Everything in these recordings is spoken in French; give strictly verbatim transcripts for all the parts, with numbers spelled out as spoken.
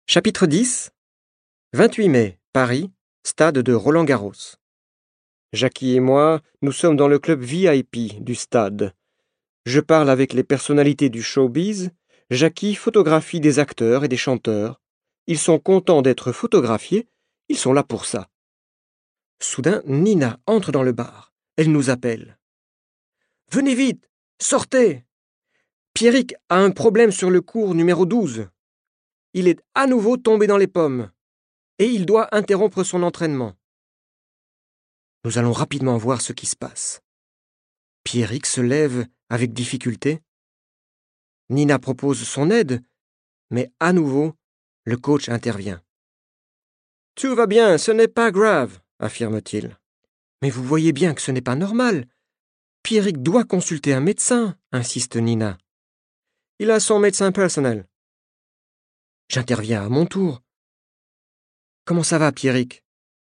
Chapitre dix. vingt-huit mai, Paris, stade de Roland-Garros. Jackie et moi, nous sommes dans le club V I P du stade. Je parle avec les personnalités du showbiz. Jackie photographie des acteurs et des chanteurs. Ils sont contents d'être photographiés. Ils sont là pour ça. Soudain, Nina entre dans le bar. Elle nous appelle. « Venez vite! Sortez! Pierrick a un problème sur le cours numéro douze. Il est à nouveau tombé dans les pommes et il doit interrompre son entraînement. » Nous allons rapidement voir ce qui se passe. Pierrick se lève avec difficulté. Nina propose son aide, mais à nouveau, le coach intervient. « Tout va bien, ce n'est pas grave, » affirme-t-il. « Mais vous voyez bien que ce n'est pas normal. Pierrick doit consulter un médecin, » insiste Nina. « Il a son médecin personnel. » J'interviens à mon tour. « Comment ça va, Pierrick ?»«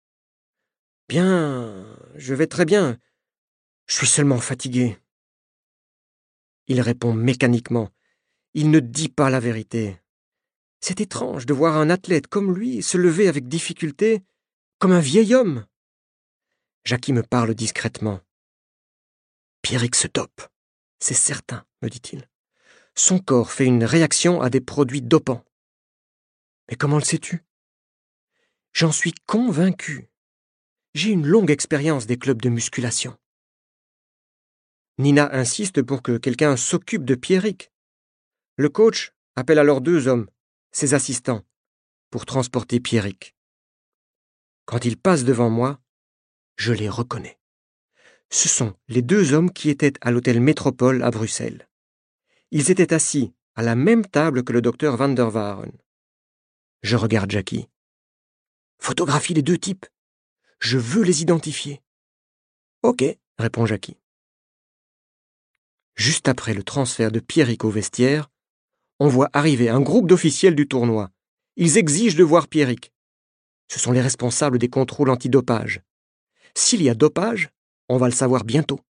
Bien, je vais très bien. Je suis seulement fatigué. » Il répond mécaniquement. Il ne dit pas la vérité. C'est étrange de voir un athlète comme lui se lever avec difficulté, comme un vieil homme. Jackie me parle discrètement. « Pierrick se dope, c'est certain, » me dit-il. « Son corps fait une réaction à des produits dopants. » « Mais comment le sais-tu ?»« J'en suis convaincu. J'ai une longue expérience des clubs de musculation. » Nina insiste pour que quelqu'un s'occupe de Pierrick. Le coach appelle alors deux hommes, ses assistants, pour transporter Pierrick. Quand ils passent devant moi, je les reconnais. Ce sont les deux hommes qui étaient à l'hôtel Métropole à Bruxelles. Ils étaient assis à la même table que le docteur Van der Waaren. Je regarde Jackie. « Photographie les deux types. Je veux les identifier. »« Ok, » répond Jackie. Juste après le transfert de Pierrick au vestiaire, on voit arriver un groupe d'officiels du tournoi. Ils exigent de voir Pierrick. Ce sont les responsables des contrôles antidopage. S'il y a dopage, on va le savoir bientôt.